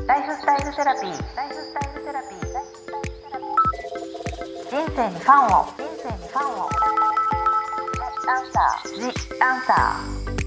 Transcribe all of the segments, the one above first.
ライフスタイルセラピー。人生にファンを。The Answer。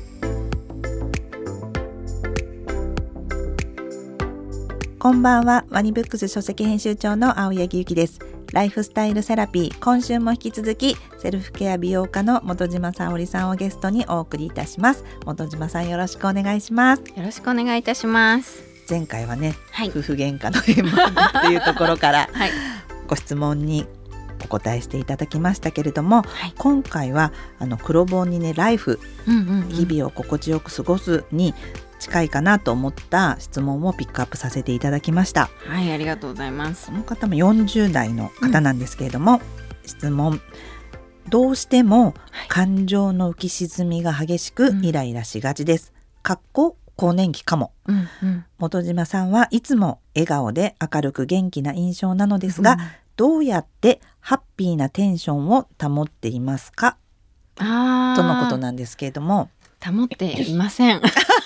こんばんは。ワニブックス書籍編集長の青柳ゆきです。ライフスタイルセラピー、今週も引き続きセルフケア美容家の本島沙織さんをゲストにお送りいたします。本島さん、よろしくお願いします。 よろしくお願いいたします。 前回はね、 はい、 夫婦喧嘩の円満というところから、 はい、 ご質問にお答えしていただきましたけれども、 はい、 今回は黒本にね、ライフ、日々を心地よく過ごすに近いかなと思った質問をピックアップさせていただきました。 はい、ありがとうございます。 この方も40代の方なんですけれども、質問、どうしても感情の浮き沈みが激しくイライラしがちです。更年期かも。本島さんはいつも笑顔で明るく元気な印象なのですが、どうやってハッピーなテンションを保っていますか、とのことなんですけれども。 保っていません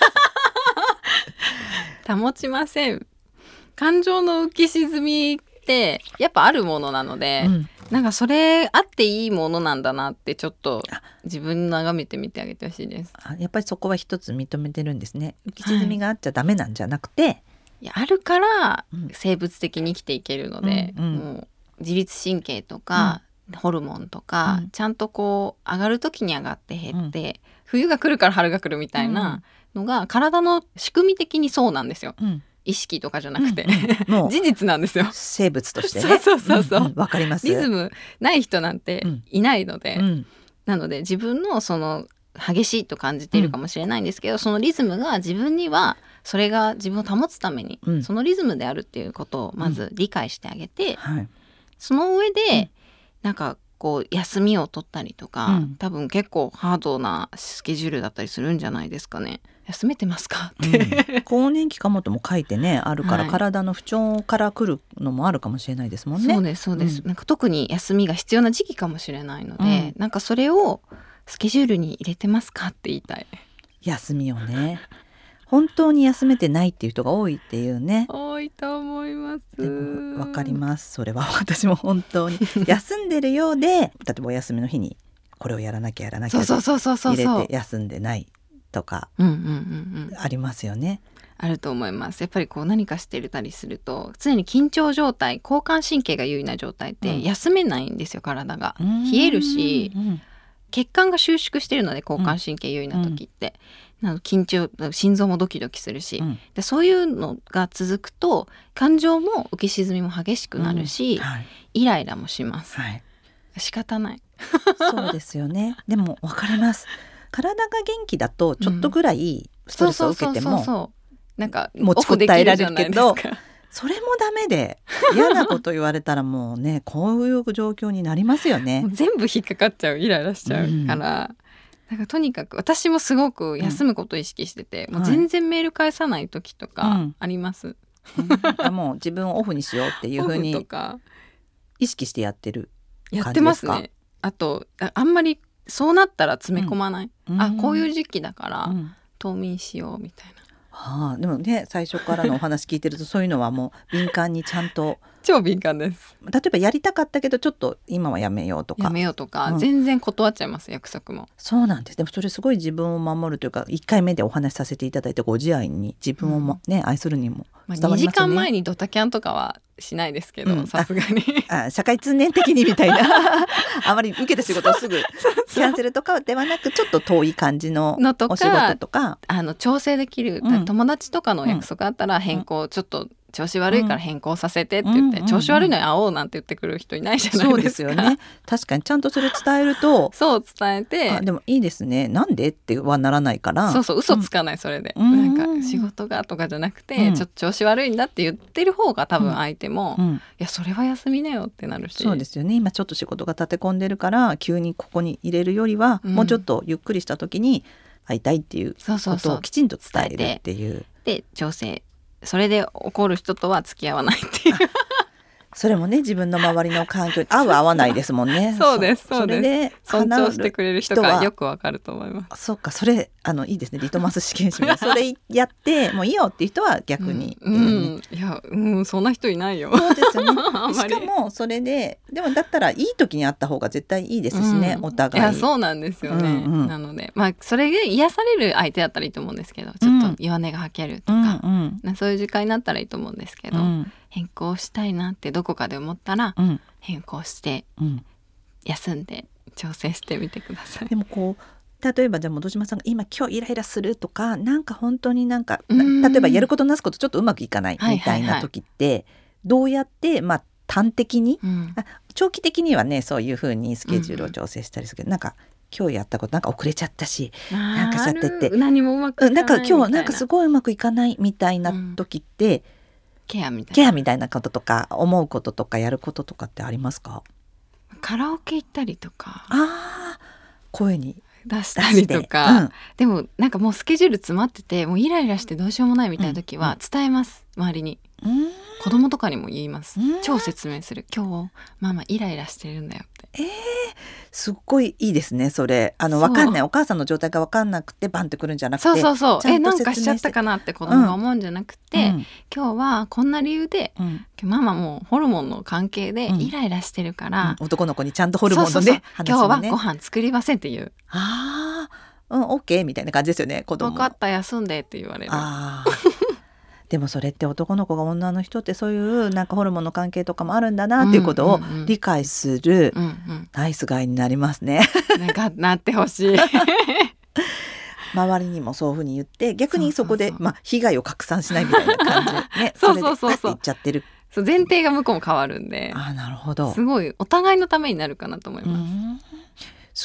保ちません。感情の浮き沈みってやっぱあるものなので、なんかそれあっていいものなんだなってちょっと自分眺めてみてあげてほしいです。 やっぱりそこは一つ認めてるんですね。浮き沈みがあっちゃダメなんじゃなくて、 いや、あるから生物的に生きていけるので、もう自律神経とか、ホルモンとか、ちゃんとこう上がる時に上がって減って、冬が来るから春が来るみたいなのが、体の仕組み的にそうなんですよ。意識とかじゃなくて、もう事実なんですよ。 生物としてね。 そうわかります。 リズムない人なんていないので、なので自分のその激しいと感じているかもしれないんですけど、そのリズムが自分にはそれが自分を保つために、そのリズムであるっていうことをまず理解してあげて、その上で、なんかこう休みを取ったりとか、多分結構ハードなスケジュールだったりするんじゃないですかね。休めてますかって、 更年期かもとも書いてねあるから、体の不調から来るのもあるかもしれないですもんね。 そうです、なんか特に休みが必要な時期かもしれないので、なんかそれをスケジュールに入れてますかって言いたい。 休みをね、本当に休めてないっていう人が多いっていうね。 多いと思います。 でもわかります。それは私も本当に休んでるようで、例えばお休みの日にこれをやらなきゃ入れて休んでないとかありますよね。 あると思います。やっぱりこう何かしてたりすると常に緊張状態、交感神経が優位な状態って休めないんですよ。体が冷えるし、血管が収縮してるので、交感神経優位な時って、緊張、心臓もドキドキするし、でそういうのが続くと感情も浮き沈みも激しくなるし、イライラもします。仕方ない。 そうですよね。でも分かります。体が元気だとちょっとぐらいストレスを受けてもなんか持ちこたえられるけど、それもダメで嫌なこと言われたらもうね、こういう状況になりますよね。 もう全部引っかかっちゃう、イライラしちゃうから、なんかとにかく私もすごく休むことを意識してて、もう全然メール返さない時とかあります。 もう自分をオフにしようっていう風に意識してやってる感じですか？ やってますね。あとあんまりそうなったら詰め込まない、こういう時期だから冬眠しようみたいな。 でもね、最初からのお話聞いてるとそういうのはもう敏感にちゃんと超敏感です。 例えばやりたかったけどちょっと今はやめようとか全然断っちゃいます。約束も。 そうなんです。でもそれすごい自分を守るというか、1回目でお話しさせていただいてご自愛に自分を愛するにも伝わりますよね。 2時間前にドタキャンとかはしないですけど、さすがに社会通念的にみたいなあまり受けた仕事をすぐキャンセルとかではなく、ちょっと遠い感じのお仕事とか調整できる、友達とかの約束あったら変更、ちょっと調子悪いから変更させてって言って、調子悪いのに会おうなんて言ってくる人いないじゃないですか。 そうですよね。確かにちゃんとそれ伝えるとそう伝えて、 でもいいですね、なんでってはならないから。 嘘つかない。それでなんか仕事がとかじゃなくて、ちょっと調子悪いんだって言ってる方が多分相手も、いやそれは休みなよってなるし。 そうですよね。今ちょっと仕事が立て込んでるから急にここに入れるよりは、もうちょっとゆっくりした時に会いたいっていうことをきちんと伝えるっていう。 で調整、それで怒る人とは付き合わないっていうそれもね、自分の周りの環境に合う合わないですもんね。 そうです。 それで尊重してくれる人がよくわかると思います。 そうか、それいいですね。リトマス試験紙もそれやってもういいよっていう人は逆に、 や、そんな人いないよ。 そうですよねあんまりしかもそれでもだったらいい時に会った方が絶対いいですしね、お互い。 いやそうなんですよね、なのでそれで癒される相手だったらいいと思うんですけど、ちょっと弱音が吐けるとか、そういう時間になったらいいと思うんですけど、変更したいなってどこかで思ったら、変更して、休んで調整してみてください。 でも例えばじゃあ本島さんが今日イライラするとか、なんか本当に例えばやることなすことちょっとうまくいかないみたいな時って、どうやって端的に、長期的にはねそういう風にスケジュールを調整したりするけど、なんか今日やったことなんか遅れちゃったし、なんかしちゃってって何もうまくいかないみたいな、 なんか今日なんかすごいうまくいかないみたいな時って、 ケアみたいなこととか思うこととかやることとかってありますか？ カラオケ行ったりとか、 声に出したりとか、でもなんかもうスケジュール詰まっててもうイライラしてどうしようもないみたいな時は伝えます、周りに。子供とかにも言います。超説明する。今日ママイライラしてるんだよって。 すっごいいいですねそれ。分かんないお母さんの状態が分かんなくてバンってくるんじゃなくて、 そうなんかしちゃったかなって子供が思うんじゃなくて、今日はこんな理由で、ママもホルモンの関係でイライラしてるから、 男の子にちゃんとホルモンのね今日はご飯作りませんっていう。 OK みたいな感じですよね。子供分かった休んでって言われる。 でもそれって男の子が女の人ってそういうなんかホルモンの関係とかもあるんだなっていうことを理解するナイスガイになりますね。 なってほしい。 周りにもそういうふうに言って逆にそこで被害を拡散しないみたいな感じね。それでパッて言っちゃってる。 前提が向こうも変わるんで。 なるほど。 すごいお互いのためになるかなと思います。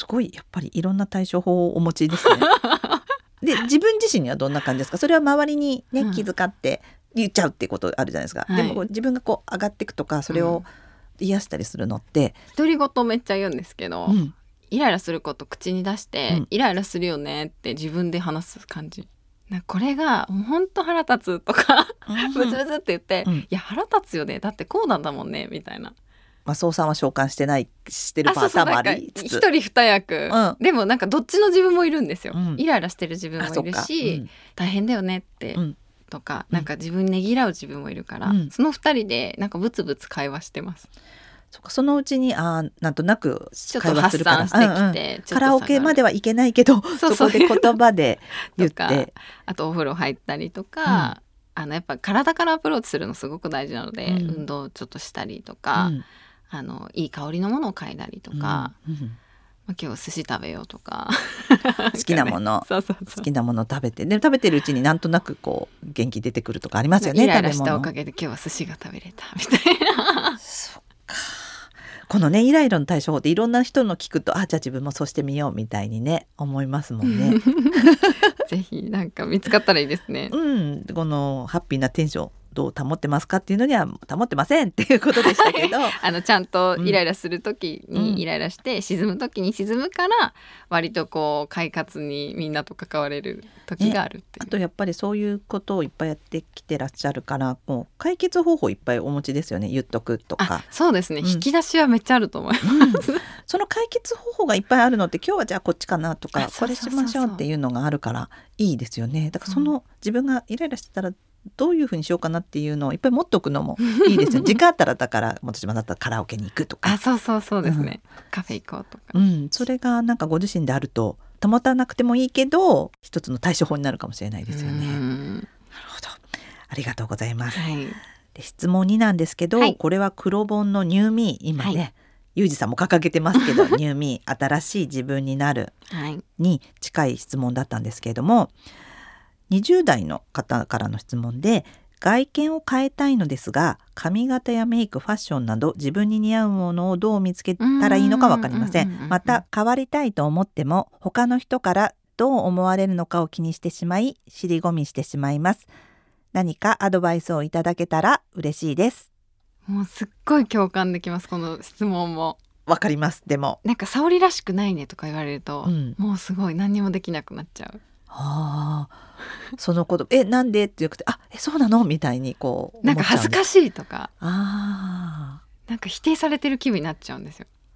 すごいやっぱりいろんな対処法をお持ちですね。で自分自身にはどんな感じですか？それは周りにね気遣って言っちゃうってことあるじゃないですか、でも自分が上がっていくとかそれを癒したりするのって、 独り言めっちゃ言うんですけど、イライラすること口に出して、イライラするよねって自分で話す感じ。これがもうほんと腹立つとかブツブツって言って、いや腹立つよねだってこうなんだもんねみたいな。 そうさんは召喚してるパターンもありつつ、 一人二役、でもなんかどっちの自分もいるんですよ、イライラしてる自分もいるし、大変だよねって、とかなんか自分ねぎらう自分もいるから、その二人でなんかブツブツ会話してます。 そのうちになんとなく会話するからちょっと発散してきて、 カラオケまではいけないけどそこで言葉で言ってあとお風呂入ったりとか、やっぱ体からアプローチするのすごく大事なので、運動をちょっとしたりとか、いい香りのものを嗅いだりとか、今日寿司食べようとか好きなもの好きなもの食べて、で食べてるうちになんとなく元気出てくるとかありますよね。 イライラしたおかげで今日は寿司が食べれたみたいな。 そっか。このねイライラの対処法っていろんな人の聞くとじゃあ自分もそうしてみようみたいにね思いますもんね。 ぜひなんか見つかったらいいですね。 このハッピーなテンションどう保ってますかっていうのには保ってませんっていうことでしたけどちゃんとイライラする時にイライラして、沈む時に沈むから割と快活にみんなと関われる時があるっていう、 あとやっぱりそういうことをいっぱいやってきてらっしゃるから解決方法いっぱいお持ちですよね。言っとくとか。 そうですね、引き出しはめっちゃあると思います、 その解決方法がいっぱいあるのって今日はじゃあこっちかなとかこれしましょうっていうのがあるからいいですよね。だから自分がイライラしてたらどういうふうにしようかなっていうのをいっぱい持っておくのもいいですよ。時間あったらだから本島だったらカラオケに行くとかそうですね、カフェ行こうとか、 それがなんかご自身であると保たなくてもいいけど一つの対処法になるかもしれないですよね。なるほど、ありがとうございます、で質問2なんですけど、これは黒本のニューミー今ね、ゆうじさんも掲げてますけどニューミー新しい自分になるに近い質問だったんですけれども、20代の方からの質問で、外見を変えたいのですが髪型やメイクファッションなど自分に似合うものをどう見つけたらいいのか分かりません。また変わりたいと思っても他の人からどう思われるのかを気にしてしまい尻込みしてしまいます。何かアドバイスをいただけたら嬉しいです。 もうすっごい共感できます。この質問もわかります。でもなんか沙織らしくないねとか言われると、もうすごい何にもできなくなっちゃう。 そのことなんでって言ってそうなのみたいになんか恥ずかしいとかなんか否定されてる気分になっちゃうんですよ。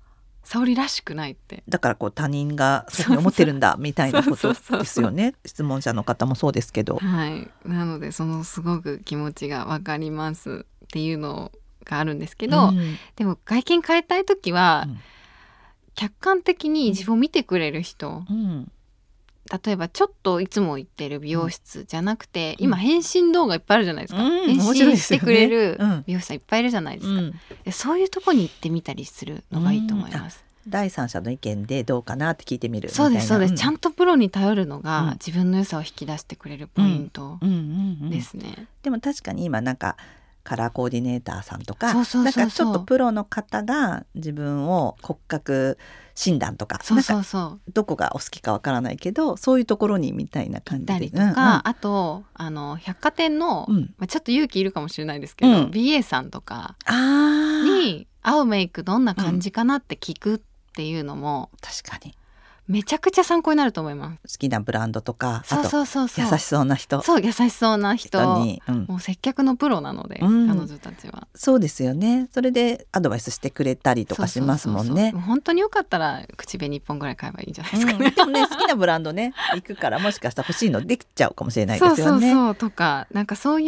沙織らしくないって。 だからこう他人がそういうふうに思ってるんだみたいなことですよね。質問者の方もそうですけど、 はい、なのでそのすごく気持ちが分かりますっていうのがあるんですけど、でも外見変えたい時は、客観的に自分を見てくれる人、例えばちょっといつも行ってる美容室じゃなくて、今変身動画いっぱいあるじゃないですか、変身してくれる美容師さんいっぱいいるじゃないですか、でそういうとこに行ってみたりするのがいいと思います。 第三者の意見でどうかなって聞いてみるみたいな。 そうですそうです、ちゃんとプロに頼るのが自分の良さを引き出してくれるポイントですね。 でも確かに今なんかカラーコーディネーターさんとか、なんかちょっとプロの方が自分を骨格診断とか、なんかどこがお好きかわからないけどそういうところにみたいな感じで行ったりとか、あと百貨店の、ちょっと勇気いるかもしれないですけど、BA さんとかに合うメイクどんな感じかなって聞くっていうのも、 確かにめちゃくちゃ参考になると思います。 好きなブランドとか、 そう優しそうな人、 優しそうな人に、もう接客のプロなので、彼女たちはそうですよね。それでアドバイスしてくれたりとかしますもんね。 本当によかったら口紅1本ぐらい買えばいいんじゃないですかね、 でもね、好きなブランドね行くからもしかしたら欲しいのできちゃうかもしれないですよね。 とか、なんかそういう、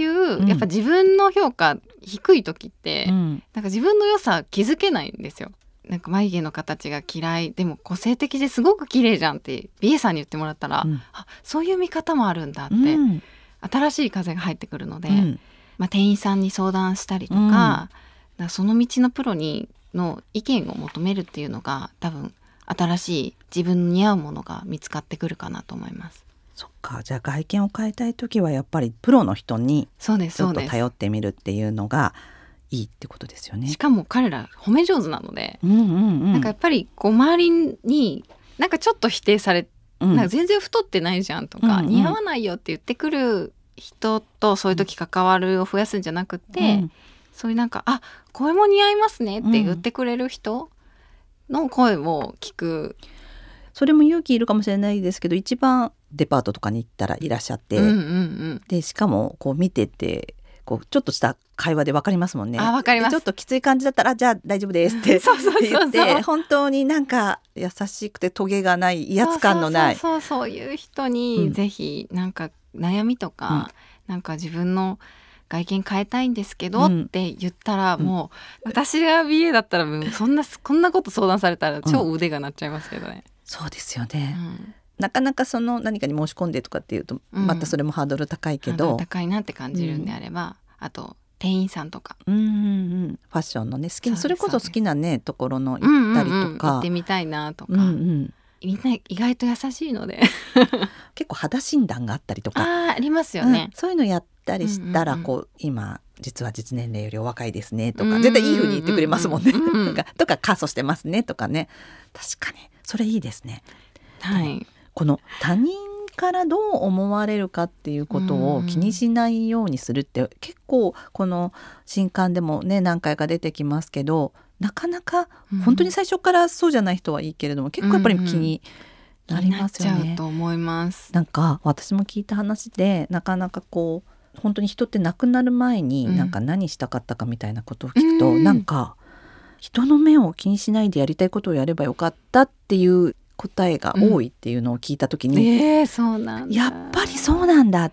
やっぱ自分の評価低い時って、なんか自分の良さ気づけないんですよ。なんか眉毛の形が嫌いでも個性的ですごく綺麗じゃんって BA さんに言ってもらったら、あ、そういう見方もあるんだって、新しい風が入ってくるので、店員さんに相談したりとか、その道のプロの意見を求めるっていうのが多分新しい自分に合うものが見つかってくるかなと思います。 そっか、じゃあ外見を変えたい時はやっぱりプロの人にちょっと頼ってみるっていうのがいいってことですよね。 しかも彼ら褒め上手なので、なんかやっぱりこう周りになんかちょっと否定され、なんか全然太ってないじゃんとか、似合わないよって言ってくる人とそういう時関わるを増やすんじゃなくて、そういうなんかこれも似合いますねって言ってくれる人の声を聞く、 それも勇気いるかもしれないですけど、一番デパートとかに行ったらいらっしゃって、でしかもこう見ててこうちょっとした会話で分かりますもんね。 分かります。 ちょっときつい感じだったらじゃあ大丈夫ですって言って本当になんか優しくてトゲがない威圧感のない、 そういう人にぜひなんか悩みとか、なんか自分の外見変えたいんですけどって言ったら、もう私が BA だったらもうこんなこと相談されたら超腕が鳴っちゃいますけどね。 そうですよね、なかなかその何かに申し込んでとかっていうとまたそれもハードル高いけど、 高いなって感じるんであれば、あと店員さんとか、 ファッションのね好きな、それこそ好きなねところの行ったりとか、 行ってみたいなとか、みんな意外と優しいので結構肌診断があったりとかありますよね、 そういうのやったりしたら、こう今実は実年齢よりお若いですねとか、絶対いい風に言ってくれますもんね、とか過疎してますねとかね。確かにそれいいですね。この他人からどう思われるかっていうことを気にしないようにするって結構この新刊でもね何回か出てきますけど、なかなか本当に最初からそうじゃない人はいいけれども、結構やっぱり気になりますよね。 気になっちゃうと思います。 なんか私も聞いた話で、なかなかこう本当に人って亡くなる前になんか何したかったかみたいなことを聞くと、なんか人の目を気にしないでやりたいことをやればよかったっていう答えが多いっていうのを聞いた時に、 そうなんだ、 やっぱりそうなんだって、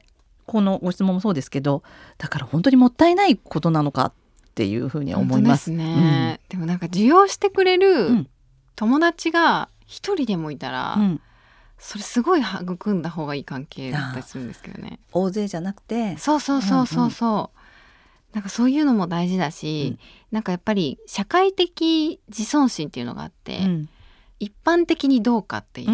このご質問もそうですけど、だから本当にもったいないことなのかっていうふうに思います。 本当ですね、でもなんか受容してくれる友達が一人でもいたら、それすごい育んだ方がいい関係だったりするんですけどね。 大勢じゃなくて、 そう、なんかそういうのも大事だし、なんかやっぱり社会的自尊心っていうのがあって、一般的にどうかっていう、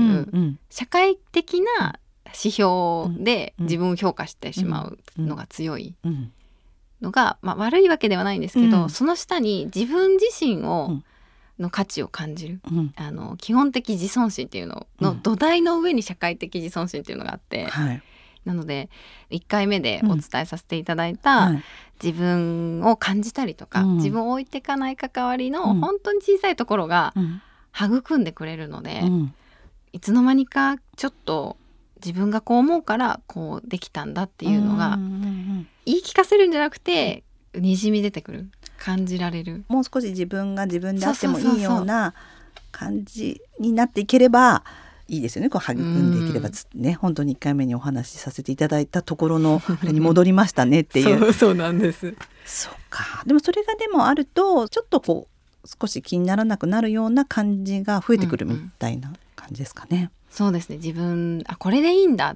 社会的な指標で自分を評価してしまうのが強いのが、悪いわけではないんですけど、その下に自分自身の価値を感じる、基本的自尊心っていうのの土台の上に社会的自尊心っていうのがあって、なので1回目でお伝えさせていただいた、自分を感じたりとか、自分を置いていかない関わりの本当に小さいところが育んでくれるので、いつの間にかちょっと自分がこう思うからこうできたんだっていうのが言い聞かせるんじゃなくてにじみ出てくる感じられる、 もう少し自分が自分であってもいいような感じになっていければいいですよね。こう育んでいければね、本当に1回目にお話しさせていただいたところのあれに戻りましたねっていうそうなんです。 そうか。でもそれがでもあるとちょっとこう少し気にならなくなるような感じが増えてくるみたいな感じですかね。 そうですね。自分これでいいんだって、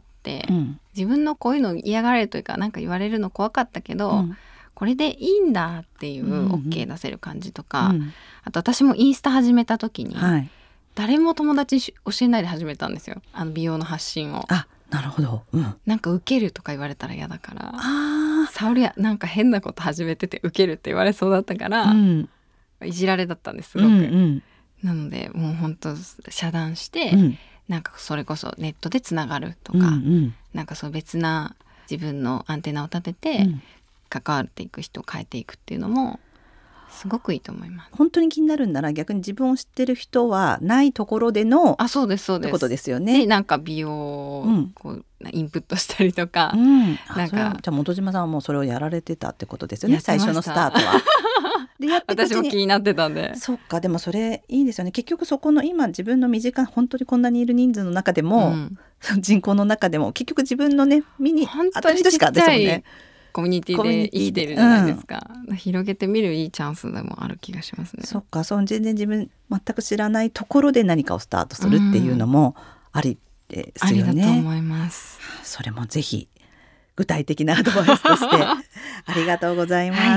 自分のこういうの嫌がられるというかなんか言われるの怖かったけど、これでいいんだっていう OK 出せる感じとか、あと私もインスタ始めた時に、誰も友達に教えないで始めたんですよ。美容の発信を。 なるほど、 なんか受けるとか言われたら嫌だから、沙織はなんか変なこと始めてて受けるって言われそうだったから、いじられだったんですすごく、なのでもう本当遮断して、なんかそれこそネットでつながるとか、なんかそう別な自分のアンテナを立てて、関わっていく人を変えていくっていうのもすごくいいと思います。 本当に気になるんなら逆に自分を知ってる人はないところでのそうですってことですよね。 でなんか美容をこうインプットしたりとか、 なんかじゃあ本島さんはもうそれをやられてたってことですよね。最初のスタートはでやって私も気になってたんで。 そっか。でもそれいいですよね。結局そこの今自分の身近本当にこんなにいる人数の中でも、人口の中でも結局自分のね身に当たる人しかですもんね。 コミュニティで生きてるじゃないですか、広げてみるいいチャンスでもある気がしますね。 そっか。全然自分全く知らないところで何かをスタートするっていうのもありですよね。 ありだと思います。 それもぜひ具体的なアドバイスとしてありがとうございます、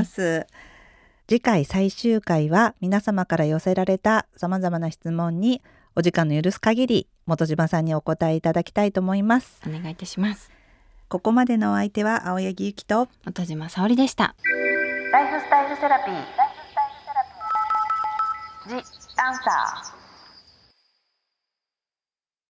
次回最終回は皆様から寄せられたさまざまな質問にお時間の許す限り本島さんにお答えいただきたいと思います。 お願いいたします。 ここまでのお相手は青柳ゆきと本島沙織でした。 ライフスタイルセラピー、The Answer。